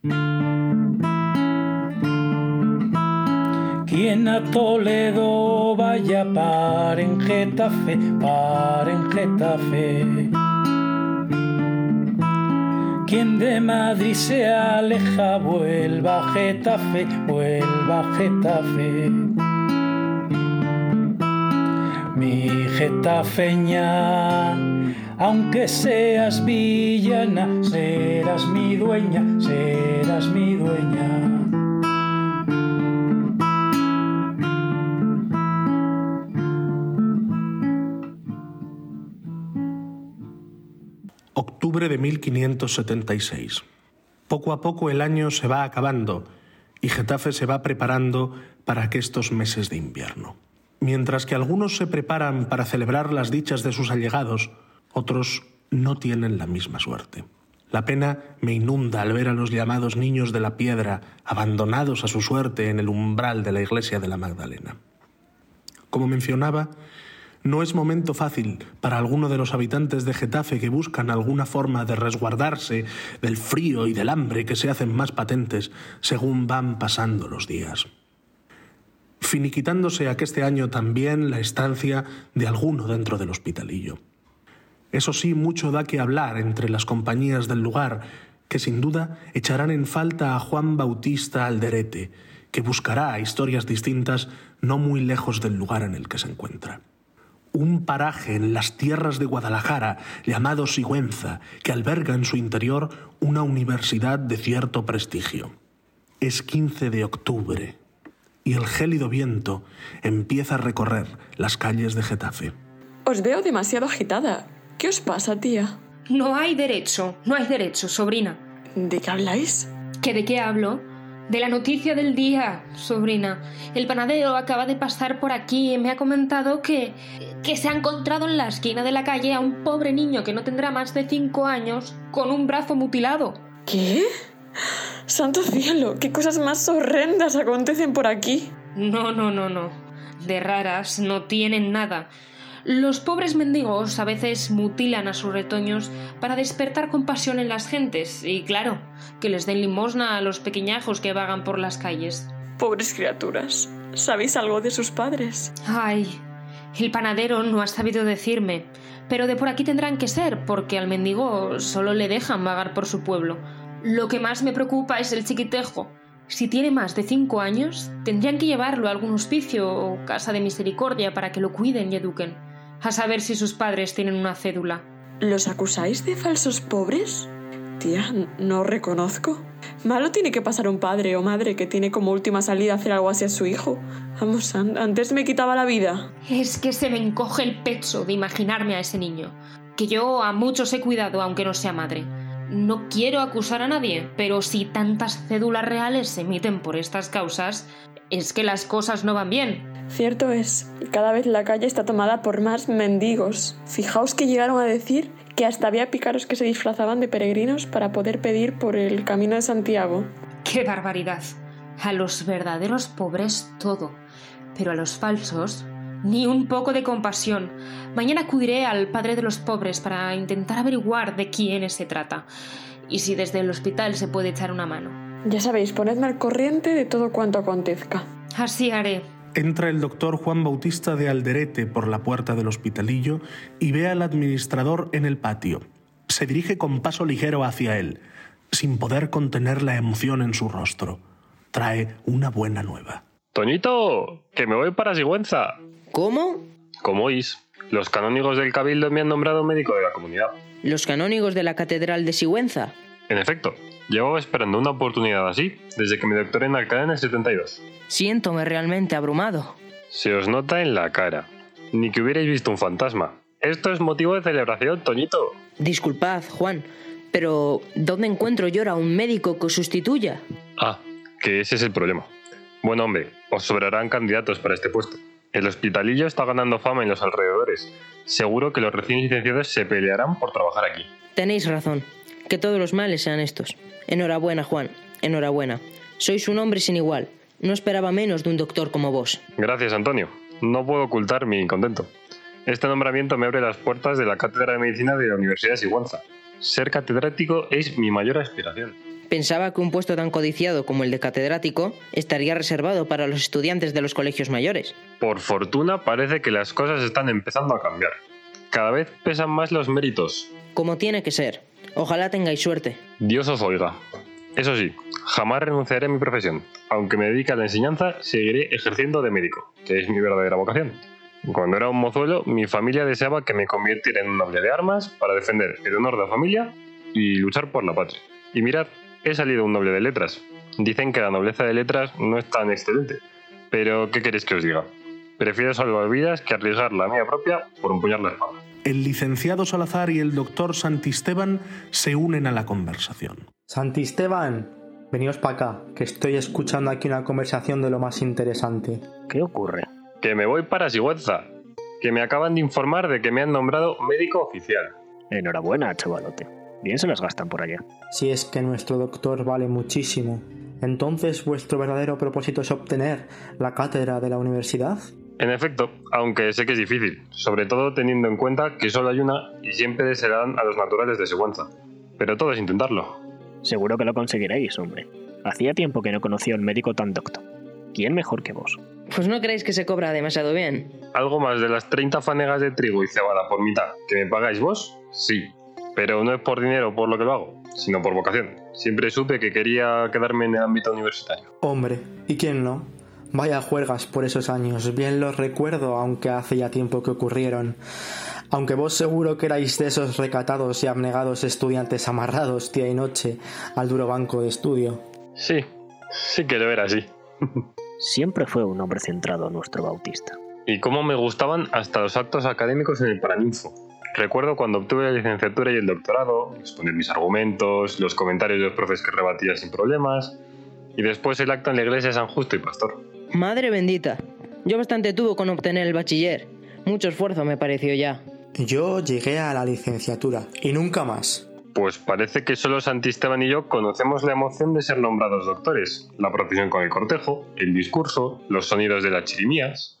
Quien a Toledo vaya, para en Getafe, para en Getafe. Quien de Madrid se aleja, vuelva a Getafe, vuelva a Getafe. Mi getafeña, aunque seas villana, serás mi dueña, serás mi dueña. Octubre de 1576. Poco a poco el año se va acabando y Getafe se va preparando para aquestos meses de invierno. Mientras que algunos se preparan para celebrar las dichas de sus allegados, otros no tienen la misma suerte. La pena me inunda al ver a los llamados niños de la piedra abandonados a su suerte en el umbral de la iglesia de la Magdalena. Como mencionaba, no es momento fácil para alguno de los habitantes de Getafe que buscan alguna forma de resguardarse del frío y del hambre que se hacen más patentes según van pasando los días. Finiquitándose aqueste año también la estancia de alguno dentro del hospitalillo. Eso sí, mucho da que hablar entre las compañías del lugar, que sin duda echarán en falta a Juan Bautista Alderete, que buscará historias distintas no muy lejos del lugar en el que se encuentra. Un paraje en las tierras de Guadalajara llamado Sigüenza, que alberga en su interior una universidad de cierto prestigio. Es 15 de octubre y el gélido viento empieza a recorrer las calles de Getafe. Os veo demasiado agitada. ¿Qué os pasa, tía? No hay derecho, sobrina. ¿De qué habláis? ¿Que de qué hablo? De la noticia del día, sobrina. El panadero acaba de pasar por aquí y me ha comentado que se ha encontrado en la esquina de la calle a un pobre niño que no tendrá más de 5 años con un brazo mutilado. ¿Qué? ¡Santo cielo! ¿Qué cosas más horrendas acontecen por aquí? No. De raras no tienen nada. Los pobres mendigos a veces mutilan a sus retoños para despertar compasión en las gentes y, claro, que les den limosna a los pequeñajos que vagan por las calles. Pobres criaturas. ¿Sabéis algo de sus padres? Ay, el panadero no ha sabido decirme, pero de por aquí tendrán que ser, porque al mendigo solo le dejan vagar por su pueblo. Lo que más me preocupa es el chiquitejo. Si tiene más de 5 años, tendrían que llevarlo a algún hospicio o casa de misericordia para que lo cuiden y eduquen. A saber si sus padres tienen una cédula. ¿Los acusáis de falsos pobres? Tía, no reconozco. Malo tiene que pasar un padre o madre que tiene como última salida hacer algo así a su hijo. Vamos, antes me quitaba la vida. Es que se me encoge el pecho de imaginarme a ese niño. Que yo a muchos he cuidado, aunque no sea madre. No quiero acusar a nadie, pero si tantas cédulas reales se emiten por estas causas, es que las cosas no van bien. Cierto es, cada vez la calle está tomada por más mendigos. Fijaos que llegaron a decir que hasta había pícaros que se disfrazaban de peregrinos para poder pedir por el camino de Santiago. ¡Qué barbaridad! A los verdaderos pobres todo, pero a los falsos ni un poco de compasión. Mañana acudiré al padre de los pobres para intentar averiguar de quiénes se trata y si desde el hospital se puede echar una mano. Ya sabéis, ponedme al corriente de todo cuanto acontezca. Así haré. Entra el doctor Juan Bautista de Alderete por la puerta del hospitalillo y ve al administrador en el patio. Se dirige con paso ligero hacia él, sin poder contener la emoción en su rostro. Trae una buena nueva. ¡Toñito! ¡Que me voy para Sigüenza! ¿Cómo? Como oís, los canónigos del Cabildo me han nombrado médico de la comunidad. ¿Los canónigos de la Catedral de Sigüenza? En efecto, llevaba esperando una oportunidad así desde que me doctoré en Alcalá en el 72. Siéntome realmente abrumado. Se os nota en la cara. Ni que hubierais visto un fantasma. Esto es motivo de celebración, Toñito. Disculpad, Juan, pero ¿dónde encuentro yo ahora un médico que os sustituya? Ah, que ese es el problema. Bueno, hombre, os sobrarán candidatos para este puesto. El hospitalillo está ganando fama en los alrededores. Seguro que los recién licenciados se pelearán por trabajar aquí. Tenéis razón. Que todos los males sean estos. Enhorabuena, Juan. Enhorabuena. Sois un hombre sin igual. No esperaba menos de un doctor como vos. Gracias, Antonio. No puedo ocultar mi contento. Este nombramiento me abre las puertas de la Cátedra de Medicina de la Universidad de Sigüenza. Ser catedrático es mi mayor aspiración. Pensaba que un puesto tan codiciado como el de catedrático estaría reservado para los estudiantes de los colegios mayores. Por fortuna parece que las cosas están empezando a cambiar. Cada vez pesan más los méritos. Como tiene que ser. Ojalá tengáis suerte. Dios os oiga. Eso sí, jamás renunciaré a mi profesión. Aunque me dedique a la enseñanza, seguiré ejerciendo de médico, que es mi verdadera vocación. Cuando era un mozuelo, mi familia deseaba que me convirtiera en un noble de armas para defender el honor de la familia y luchar por la patria. Y mirad, he salido un noble de letras. Dicen que la nobleza de letras no es tan excelente, pero ¿qué queréis que os diga? Prefiero salvar vidas que arriesgar la mía propia por empuñar la espada. El licenciado Salazar y el doctor Santisteban se unen a la conversación. Santisteban, veníos para acá, que estoy escuchando aquí una conversación de lo más interesante. ¿Qué ocurre? Que me voy para Sigüenza, que me acaban de informar de que me han nombrado médico oficial. Enhorabuena, chavalote. Bien se las gastan por allá. Si es que nuestro doctor vale muchísimo, entonces vuestro verdadero propósito es obtener la cátedra de la universidad. En efecto, aunque sé que es difícil, sobre todo teniendo en cuenta que solo hay una y siempre se la dan a los naturales de Sigüenza. Pero todo es intentarlo. Seguro que lo conseguiréis, hombre. Hacía tiempo que no conocía a un médico tan docto. ¿Quién mejor que vos? Pues no creéis que se cobra demasiado bien. Algo más de las 30 fanegas de trigo y cebada por mitad que me pagáis vos, sí. Pero no es por dinero por lo que lo hago, sino por vocación. Siempre supe que quería quedarme en el ámbito universitario. Hombre, ¿y quién no? Vaya juergas por esos años, bien los recuerdo, aunque hace ya tiempo que ocurrieron. Aunque vos seguro que erais de esos recatados y abnegados estudiantes amarrados día y noche al duro banco de estudio. Sí que lo era así. Siempre fue un hombre centrado, nuestro Bautista. Y cómo me gustaban hasta los actos académicos en el Paraninfo. Recuerdo cuando obtuve la licenciatura y el doctorado, exponer mis argumentos, los comentarios de los profes que rebatía sin problemas, y después el acto en la iglesia de San Justo y Pastor. Madre bendita. Yo bastante tuve con obtener el bachiller. Mucho esfuerzo me pareció ya. Yo llegué a la licenciatura y nunca más. Pues parece que solo Santisteban y yo conocemos la emoción de ser nombrados doctores, la procesión con el cortejo, el discurso, los sonidos de las chirimías.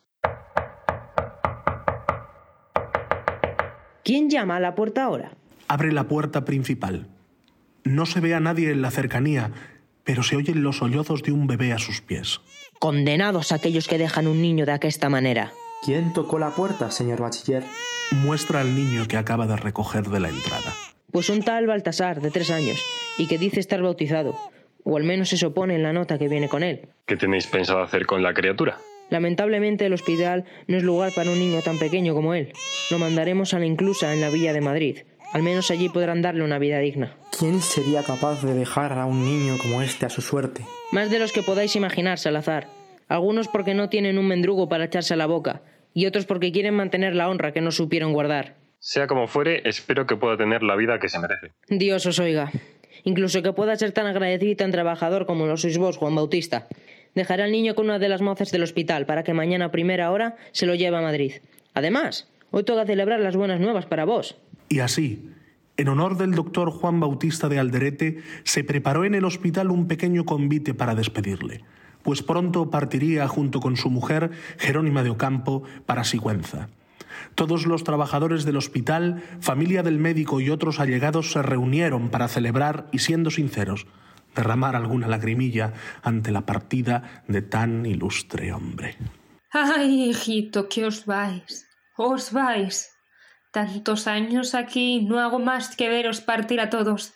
¿Quién llama a la puerta ahora? Abre la puerta principal. No se ve a nadie en la cercanía, pero se oyen los sollozos de un bebé a sus pies. Condenados aquellos que dejan un niño de aquesta manera. ¿Quién tocó la puerta, señor bachiller? Muestra al niño que acaba de recoger de la entrada. Pues un tal Baltasar, de 3 años, y que dice estar bautizado. O al menos eso pone en la nota que viene con él. ¿Qué tenéis pensado hacer con la criatura? Lamentablemente el hospital no es lugar para un niño tan pequeño como él. Lo mandaremos a la Inclusa en la Villa de Madrid. Al menos allí podrán darle una vida digna. ¿Quién sería capaz de dejar a un niño como este a su suerte? Más de los que podáis imaginar, Salazar. Algunos porque no tienen un mendrugo para echarse a la boca, y otros porque quieren mantener la honra que no supieron guardar. Sea como fuere, espero que pueda tener la vida que se merece. Dios os oiga. Incluso que pueda ser tan agradecido y tan trabajador como lo sois vos, Juan Bautista. Dejaré al niño con una de las mozas del hospital para que mañana a primera hora se lo lleve a Madrid. Además, hoy toca celebrar las buenas nuevas para vos. Y así, en honor del doctor Juan Bautista de Alderete, se preparó en el hospital un pequeño convite para despedirle, pues pronto partiría junto con su mujer, Jerónima de Ocampo, para Sigüenza. Todos los trabajadores del hospital, familia del médico y otros allegados se reunieron para celebrar y, siendo sinceros, derramar alguna lagrimilla ante la partida de tan ilustre hombre. Ay, hijito, que os vais. Os vais. Tantos años aquí, no hago más que veros partir a todos.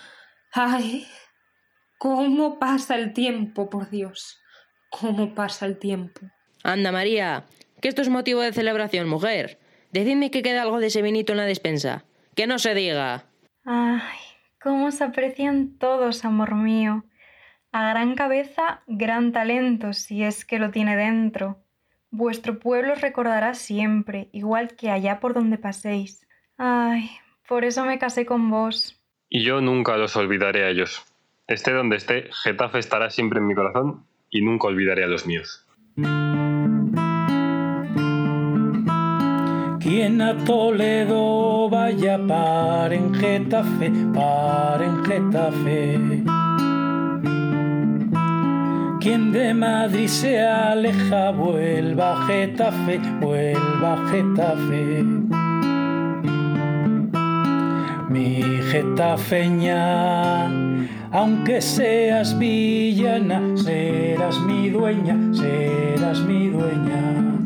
Ay, cómo pasa el tiempo, por Dios. Cómo pasa el tiempo. Anda, María, que esto es motivo de celebración, mujer. Decidme que queda algo de ese vinito en la despensa. Que no se diga. Ay, cómo se aprecian todos, amor mío. A gran cabeza, gran talento, si es que lo tiene dentro. Vuestro pueblo os recordará siempre, igual que allá por donde paséis. Ay, por eso me casé con vos. Y yo nunca los olvidaré a ellos. Esté donde esté, Getafe estará siempre en mi corazón y nunca olvidaré a los míos. Quien a Toledo vaya, paren Getafe, paren Getafe. Quien de Madrid se aleja, vuelva a Getafe, vuelva a Getafe. Mi getafeña, Aunque seas villana, serás mi dueña, serás mi dueña.